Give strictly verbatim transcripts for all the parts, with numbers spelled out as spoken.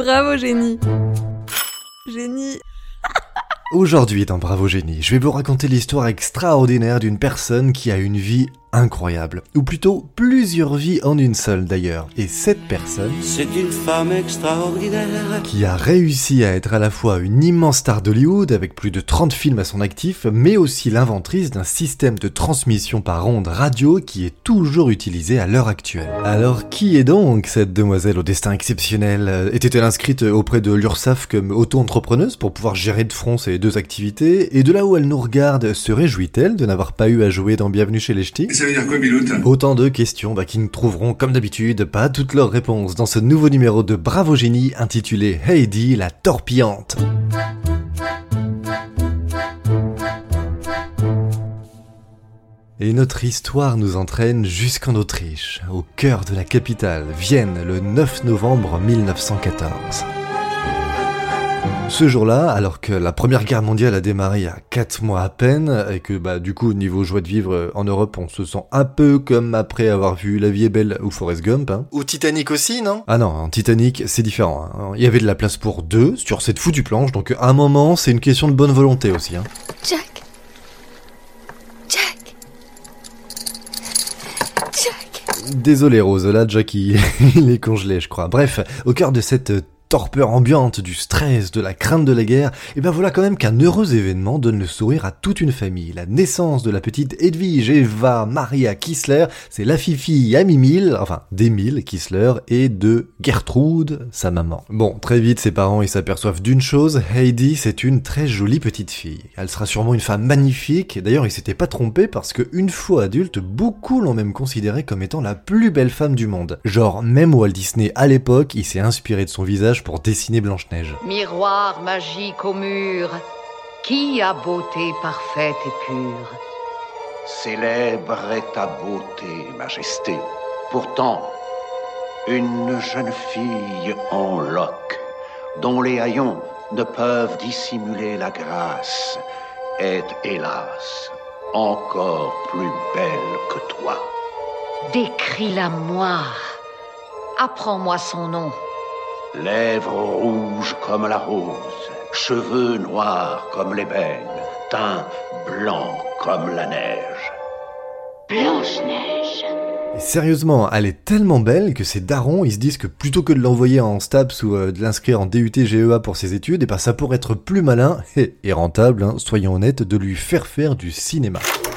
Bravo, génie. Génie. Aujourd'hui dans Bravo Génie, je vais vous raconter l'histoire extraordinaire d'une personne qui a une vie incroyable, ou plutôt plusieurs vies en une seule d'ailleurs. Et cette personne, c'est une femme extraordinaire qui a réussi à être à la fois une immense star d'Hollywood avec plus de trente films à son actif, mais aussi l'inventrice d'un système de transmission par ondes radio qui est toujours utilisé à l'heure actuelle. Alors qui est donc cette demoiselle au destin exceptionnel ? Était-elle inscrite auprès de l'URSSAF comme auto-entrepreneuse pour pouvoir gérer de front ses deux activités ? Et de là où elle nous regarde, se réjouit-elle de n'avoir pas eu à jouer dans Bienvenue chez les Ch'tis ? Ça veut dire quoi, Biloute ? Autant de questions bah, qui ne trouveront, comme d'habitude, pas toutes leurs réponses dans ce nouveau numéro de Bravo Génie intitulé Heidi la torpillante. Et notre histoire nous entraîne jusqu'en Autriche, au cœur de la capitale, Vienne, le neuf novembre mille neuf cent quatorze. Ce jour-là, alors que la première guerre mondiale a démarré il y a quatre mois à peine, et que bah du coup, niveau joie de vivre en Europe, on se sent un peu comme après avoir vu La vie est belle ou Forrest Gump, hein. Ou Titanic aussi, non ? Ah non, en Titanic, c'est différent, hein. Il y avait de la place pour deux sur cette foutue planche, donc à un moment, c'est une question de bonne volonté aussi, hein. Jack. Jack. Jack. Désolé Rose, là Jack il, il est congelé je crois. Bref, au cœur de cette torpeur ambiante, du stress, de la crainte de la guerre, et ben voilà quand même qu'un heureux événement donne le sourire à toute une famille. La naissance de la petite Edwige Eva Maria Kissler, c'est la fille à Mimile, enfin d'Emile Kissler, et de Gertrude, sa maman. Bon, très vite ses parents ils s'aperçoivent d'une chose, Heidi c'est une très jolie petite fille. Elle sera sûrement une femme magnifique, et d'ailleurs ils s'étaient pas trompés parce que une fois adulte, beaucoup l'ont même considérée comme étant la plus belle femme du monde. Genre, même Walt Disney à l'époque, il s'est inspiré de son visage pour dessiner Blanche-Neige. Miroir magique au mur, qui a beauté parfaite et pure ? Célèbre est ta beauté, majesté. Pourtant, une jeune fille en loques, dont les haillons ne peuvent dissimuler la grâce, est, hélas, encore plus belle que toi. Décris-la-moi. Apprends-moi son nom. Lèvres rouges comme la rose, cheveux noirs comme l'ébène, teint blanc comme la neige. Blanche-Neige. Et sérieusement, elle est tellement belle que ces darons, ils se disent que plutôt que de l'envoyer en STAPS ou euh, de l'inscrire en D U T G E A pour ses études, et ben ça pourrait être plus malin et, et rentable, hein, soyons honnêtes, de lui faire faire du cinéma.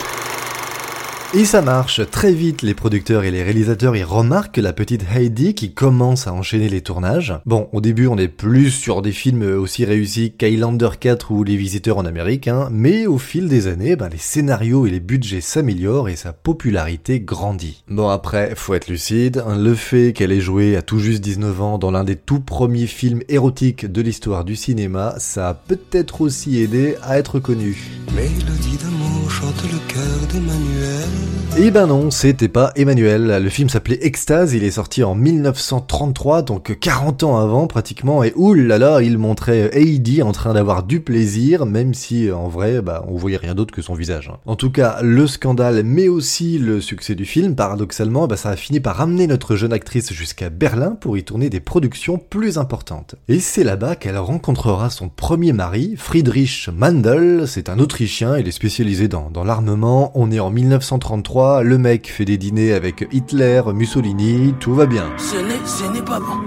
Et ça marche, très vite les producteurs et les réalisateurs y remarquent la petite Heidi qui commence à enchaîner les tournages. Bon, au début on est plus sur des films aussi réussis qu'Highlander quatre ou Les Visiteurs en Amérique, hein, mais au fil des années, bah, les scénarios et les budgets s'améliorent et sa popularité grandit. Bon après, faut être lucide, hein, le fait qu'elle ait joué à tout juste dix-neuf ans dans l'un des tout premiers films érotiques de l'histoire du cinéma, ça a peut-être aussi aidé à être connue. Mélodie d'amour chante le cœur d'Emmanuel. Et ben non, c'était pas Emmanuel. Le film s'appelait Extase, il est sorti en mille neuf cent trente-trois, donc quarante ans avant pratiquement, et oulala, il montrait Heidi en train d'avoir du plaisir, même si en vrai, bah, on voyait rien d'autre que son visage. En tout cas, le scandale, mais aussi le succès du film, paradoxalement, bah, ça a fini par ramener notre jeune actrice jusqu'à Berlin pour y tourner des productions plus importantes. Et c'est là-bas qu'elle rencontrera son premier mari, Friedrich Mandl, c'est un Autrichien, il est spécialisé dans, dans l'armement, on est en mille neuf cent trente-trois, le mec fait des dîners avec Hitler, Mussolini, tout va bien. Ce n'est, ce n'est pas bon.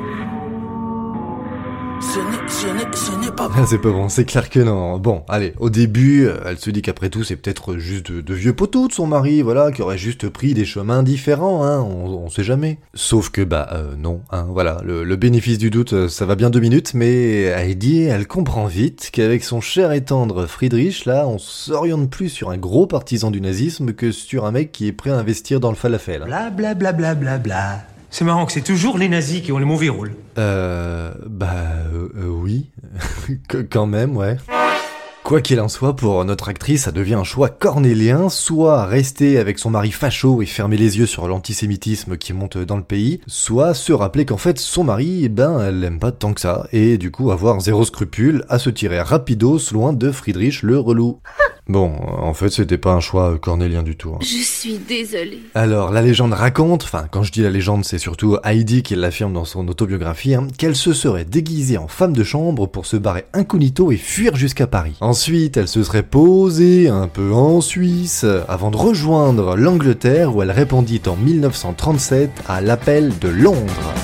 Ce n'est, ce n'est, ce n'est pas bon. C'est pas bon, c'est clair que non. Bon, allez, au début, elle se dit qu'après tout, c'est peut-être juste de, de vieux poteaux de son mari, voilà, qui aurait juste pris des chemins différents, hein, on, on sait jamais. Sauf que, bah, euh, non, hein, voilà, le, le bénéfice du doute, ça va bien deux minutes, mais Heidi, elle comprend vite qu'avec son cher et tendre Friedrich, là, on s'oriente plus sur un gros partisan du nazisme que sur un mec qui est prêt à investir dans le falafel. Bla bla bla bla bla bla. C'est marrant que c'est toujours les nazis qui ont le mauvais rôle. Euh... Bah... Euh, euh, oui. Quand même, ouais. Quoi qu'il en soit, pour notre actrice, ça devient un choix cornélien, soit rester avec son mari facho et fermer les yeux sur l'antisémitisme qui monte dans le pays, soit se rappeler qu'en fait, son mari, eh ben, elle l'aime pas tant que ça, et du coup avoir zéro scrupule à se tirer rapidos loin de Friedrich le relou. Bon, en fait, c'était pas un choix cornélien du tout. Hein. Je suis désolée. Alors, la légende raconte, enfin, quand je dis la légende, c'est surtout Heidi qui l'affirme dans son autobiographie, hein, qu'elle se serait déguisée en femme de chambre pour se barrer incognito et fuir jusqu'à Paris. Ensuite, elle se serait posée un peu en Suisse, avant de rejoindre l'Angleterre où elle répondit en mille neuf cent trente-sept à l'appel de Londres.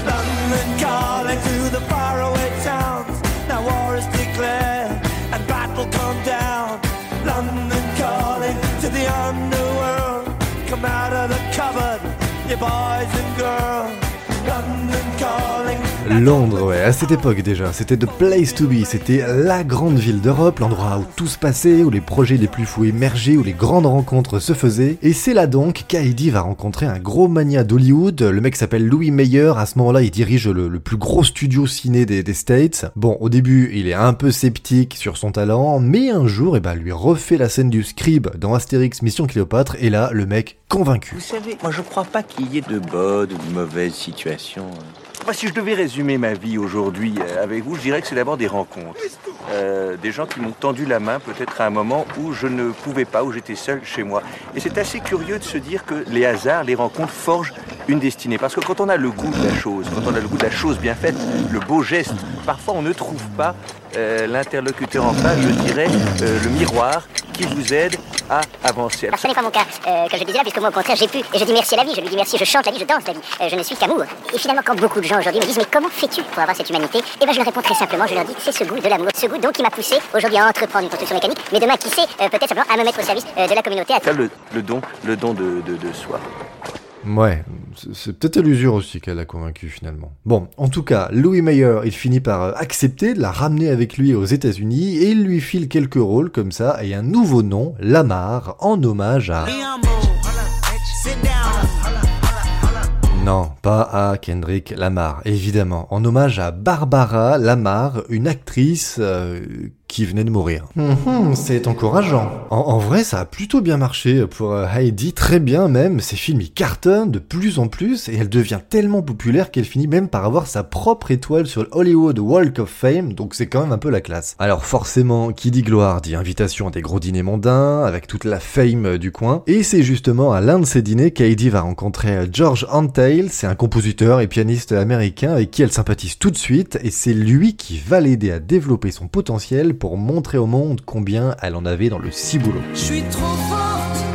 Londres, ouais, à cette époque déjà, c'était the place to be, c'était la grande ville d'Europe, l'endroit où tout se passait, où les projets les plus fous émergeaient, où les grandes rencontres se faisaient, et c'est là donc qu'Heidi va rencontrer un gros mania d'Hollywood, le mec s'appelle Louis Mayer, à ce moment-là il dirige le, le plus gros studio ciné des, des States. Bon, au début il est un peu sceptique sur son talent, mais un jour, eh ben, lui refait la scène du scribe dans Astérix Mission Cléopâtre, et là, le mec convaincu. Vous savez, moi je crois pas qu'il y ait de bonnes ou de mauvaises situations. Moi, si je devais résumer ma vie aujourd'hui avec vous, je dirais que c'est d'abord des rencontres. Euh, des gens qui m'ont tendu la main peut-être à un moment où je ne pouvais pas, où j'étais seul chez moi. Et c'est assez curieux de se dire que les hasards, les rencontres forgent une destinée. Parce que quand on a le goût de la chose, quand on a le goût de la chose bien faite, le beau geste, parfois on ne trouve pas euh, l'interlocuteur en face, je dirais, euh, le miroir qui vous aide à avancer. Alors ce n'est pas mon cas euh, que je disais là, puisque moi au contraire j'ai pu, et je dis merci à la vie, je lui dis merci, je chante la vie, je danse la vie, euh, je ne suis qu'amour. Et finalement quand beaucoup de gens aujourd'hui me disent mais comment fais-tu pour avoir cette humanité, et ben je leur réponds très simplement, je leur dis c'est ce goût de l'amour, ce goût donc qui m'a poussé aujourd'hui à entreprendre une construction mécanique, mais demain qui sait, euh, peut-être simplement à me mettre au service euh, de la communauté. À... Le, le don, le don de, de, de soi. Ouais, c'est peut-être à l'usure aussi qu'elle l'a convaincu finalement. Bon, en tout cas, Louis Mayer, il finit par accepter de la ramener avec lui aux États-Unis et il lui file quelques rôles comme ça et un nouveau nom, Lamar, en hommage à... Non, pas à Kendrick Lamar, évidemment, en hommage à Barbara Lamar, une actrice euh, qui venait de mourir. Mmh, c'est encourageant. En, en vrai, ça a plutôt bien marché pour Heidi, très bien même. Ses films y cartonnent de plus en plus et elle devient tellement populaire qu'elle finit même par avoir sa propre étoile sur le Hollywood Walk of Fame, donc c'est quand même un peu la classe. Alors forcément, qui dit gloire dit invitation à des gros dîners mondains, avec toute la fame du coin, et c'est justement à l'un de ces dîners qu'Heidi va rencontrer George Antheil. C'est un compositeur et pianiste américain avec qui elle sympathise tout de suite, et c'est lui qui va l'aider à développer son potentiel pour montrer au monde combien elle en avait dans le ciboulot. Je suis trop forte,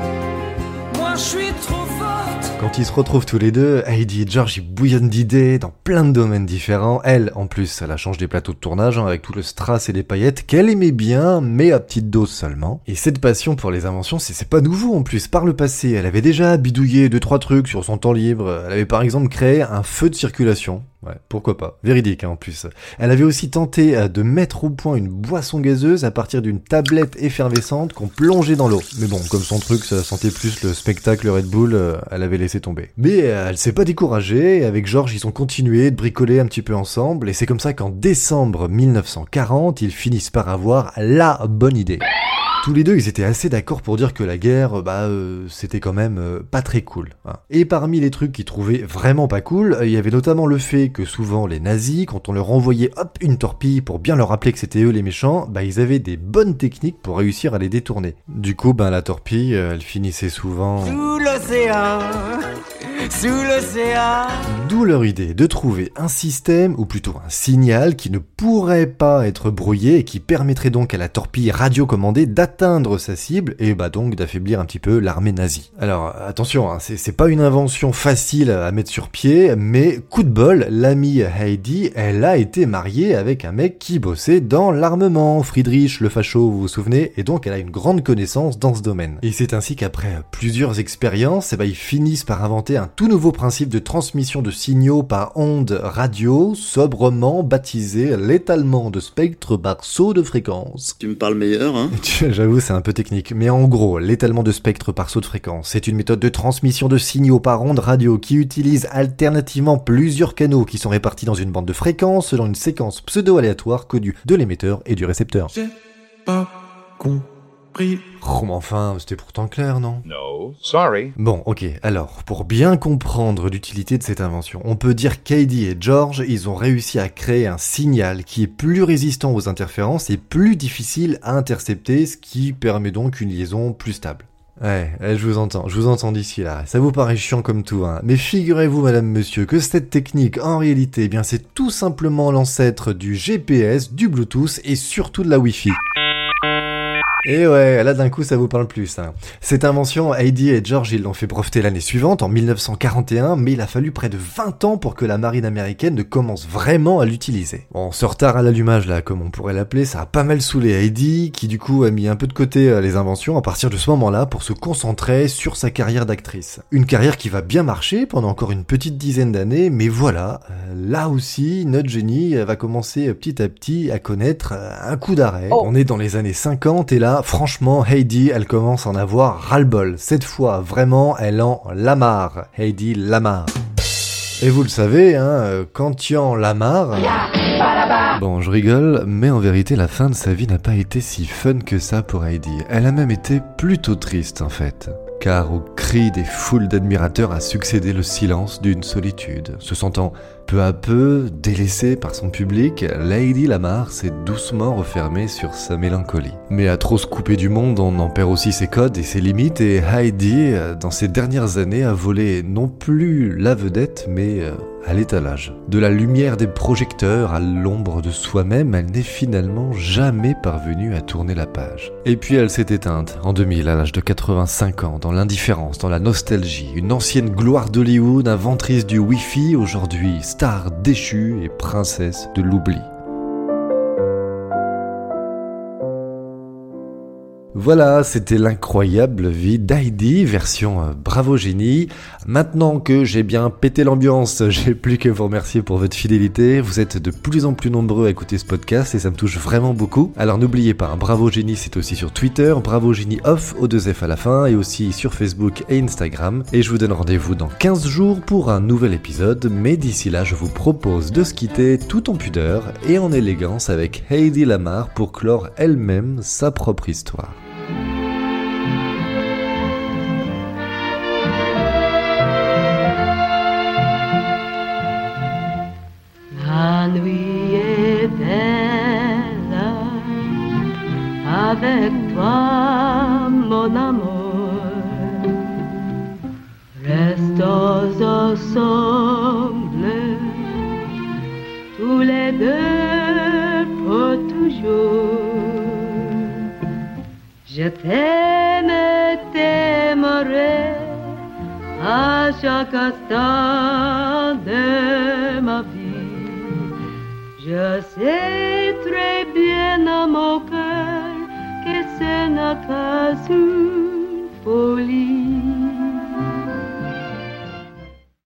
moi je suis trop forte. Quand ils se retrouvent tous les deux, Heidi et George ils bouillonnent d'idées dans plein de domaines différents. Elle, en plus, elle a changé des plateaux de tournage hein, avec tout le strass et les paillettes qu'elle aimait bien, mais à petite dose seulement. Et cette passion pour les inventions, c'est, c'est pas nouveau en plus. Par le passé, elle avait déjà bidouillé deux trois trucs sur son temps libre. Elle avait par exemple créé un feu de circulation. Ouais, pourquoi pas. Véridique, hein, en plus. Elle avait aussi tenté euh, de mettre au point une boisson gazeuse à partir d'une tablette effervescente qu'on plongeait dans l'eau. Mais bon, comme son truc, ça sentait plus le spectacle Red Bull, euh, elle avait laissé tomber. Mais euh, elle s'est pas découragée, et avec George, ils ont continué de bricoler un petit peu ensemble, et c'est comme ça qu'en décembre mille neuf cent quarante, ils finissent par avoir la bonne idée. Tous les deux, ils étaient assez d'accord pour dire que la guerre, bah, euh, c'était quand même euh, pas très cool. Hein. Et parmi les trucs qu'ils trouvaient vraiment pas cool, il y avait notamment le fait que souvent les nazis, quand on leur envoyait hop une torpille pour bien leur rappeler que c'était eux les méchants, bah ils avaient des bonnes techniques pour réussir à les détourner. Du coup, ben la torpille, elle finissait souvent... Sous l'océan, sous l'océan. D'où leur idée de trouver un système, ou plutôt un signal, qui ne pourrait pas être brouillé et qui permettrait donc à la torpille radiocommandée d'atteindre sa cible et bah donc d'affaiblir un petit peu l'armée nazie. Alors attention, hein, c'est, c'est pas une invention facile à mettre sur pied, mais coup de bol, l'amie Heidi, elle a été mariée avec un mec qui bossait dans l'armement, Friedrich le facho, vous vous souvenez, et donc elle a une grande connaissance dans ce domaine. Et c'est ainsi qu'après plusieurs expériences, eh ben, ils finissent par inventer un tout nouveau principe de transmission de signaux par ondes radio, sobrement baptisé l'étalement de spectre par saut de fréquence. Tu me parles meilleur, hein? J'avoue, c'est un peu technique, mais en gros, l'étalement de spectre par saut de fréquence, c'est une méthode de transmission de signaux par ondes radio qui utilise alternativement plusieurs canaux qui sont répartis dans une bande de fréquences selon une séquence pseudo-aléatoire connue de l'émetteur et du récepteur. J'ai pas compris. pris. Oh, mais enfin, c'était pourtant clair, non? No, sorry. Bon, ok, alors, pour bien comprendre l'utilité de cette invention, on peut dire qu'Heidi et George, ils ont réussi à créer un signal qui est plus résistant aux interférences et plus difficile à intercepter, ce qui permet donc une liaison plus stable. Ouais, ouais, je vous entends, je vous entends d'ici là, ça vous paraît chiant comme tout, hein, mais figurez-vous madame, monsieur, que cette technique, en réalité, eh bien c'est tout simplement l'ancêtre du G P S, du Bluetooth et surtout de la Wi-Fi. Et ouais, là d'un coup ça vous parle plus. Hein. Cette invention, Heidi et George ils l'ont fait breveter l'année suivante, en mille neuf cent quarante et un, mais il a fallu près de vingt ans pour que la marine américaine ne commence vraiment à l'utiliser. Bon, ce retard à l'allumage là, comme on pourrait l'appeler, ça a pas mal saoulé Heidi, qui du coup a mis un peu de côté euh, les inventions à partir de ce moment-là pour se concentrer sur sa carrière d'actrice. Une carrière qui va bien marcher pendant encore une petite dizaine d'années, mais voilà, euh, là aussi, notre génie va commencer euh, petit à petit à connaître euh, un coup d'arrêt. Oh. On est dans les années cinquante et là, franchement, Heidi, elle commence à en avoir ras-le-bol. Cette fois, vraiment, elle en la marre. Heidi la marre. Et vous le savez, hein, quand tu en la marre... Bon, je rigole, mais en vérité, la fin de sa vie n'a pas été si fun que ça pour Heidi. Elle a même été plutôt triste, en fait. Car au cri des foules d'admirateurs a succédé le silence d'une solitude. Se sentant peu à peu délaissée par son public, Lady Lamar s'est doucement refermée sur sa mélancolie. Mais à trop se couper du monde, on en perd aussi ses codes et ses limites, et Heidi, dans ces dernières années, a volé non plus la vedette, mais à l'étalage. De la lumière des projecteurs à l'ombre de soi-même, elle n'est finalement jamais parvenue à tourner la page. Et puis elle s'est éteinte en deux mille, à l'âge de quatre-vingt-cinq ans, dans l'indifférence, dans la nostalgie. Une ancienne gloire d'Hollywood, inventrice du Wi-Fi, aujourd'hui star déchue et princesse de l'oubli. Voilà, c'était l'incroyable vie d'Heidi, version euh, Bravo Génie. Maintenant que j'ai bien pété l'ambiance, j'ai plus qu'à vous remercier pour votre fidélité. Vous êtes de plus en plus nombreux à écouter ce podcast et ça me touche vraiment beaucoup. Alors n'oubliez pas, hein, Bravo Génie, c'est aussi sur Twitter, Bravo Génie Off, au deux F à la fin, et aussi sur Facebook et Instagram. Et je vous donne rendez-vous dans quinze jours pour un nouvel épisode, mais d'ici là, je vous propose de se quitter tout en pudeur et en élégance avec Heidi Lamar pour clore elle-même sa propre histoire. La nuit est belle avec toi, mon amour. Restons ensemble, tous les deux pour toujours. Je t'aime et t'aimerai à chaque instant de ma vie. Je sais très bien à mon cœur que ce n'est qu'une folie.